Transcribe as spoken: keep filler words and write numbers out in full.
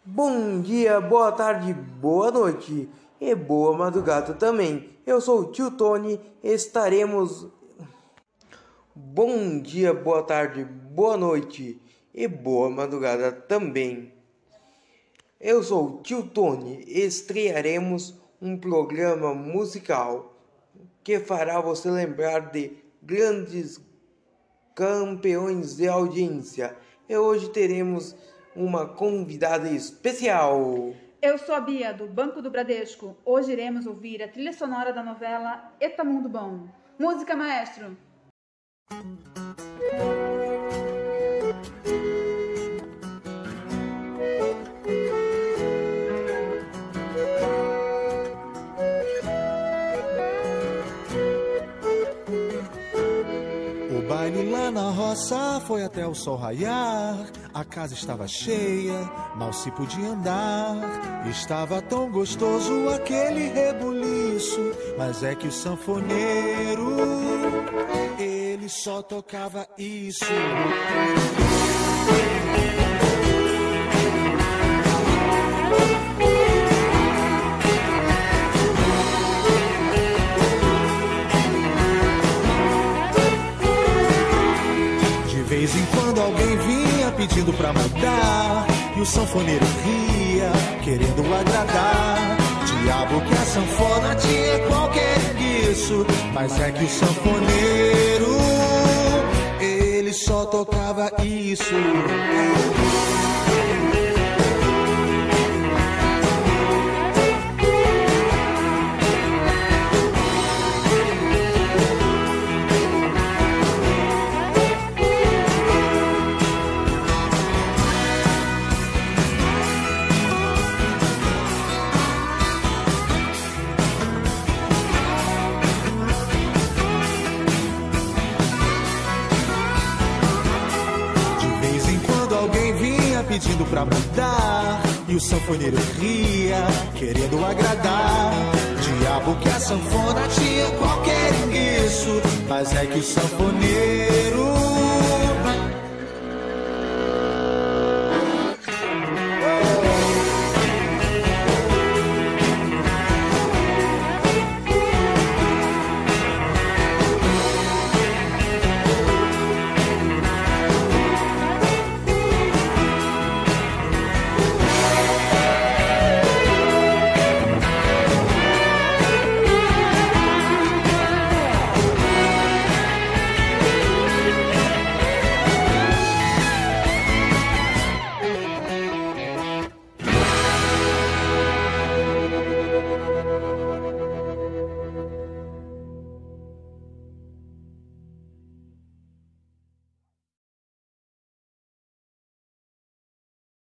Bom dia, boa tarde, boa noite e boa madrugada também. Eu sou o tio Tony, estaremos... Bom dia, boa tarde, boa noite e boa madrugada também. Eu sou o tio Tony e estrearemos um programa musical que fará você lembrar de grandes campeões de audiência. E hoje teremos uma convidada especial. Eu sou a Bia, do Banco do Bradesco. Hoje iremos ouvir a trilha sonora da novela Eta Mundo Bom. Música, maestro! O baile lá na roça foi até o sol raiar. A casa estava cheia, mal se podia andar. Estava tão gostoso aquele rebuliço, mas é que o sanfoneiro, ele só tocava isso. De vez em quando alguém vinha pedindo pra mudar, e o sanfoneiro ria, querendo agradar. Diabo que a sanfona tinha qualquer isso, mas é que o sanfoneiro, ele só tocava isso. Pedindo pra mudar, e o sanfoneiro ria, querendo agradar. Diabo que a sanfona tinha qualquer isso, mas é que o sanfoneiro,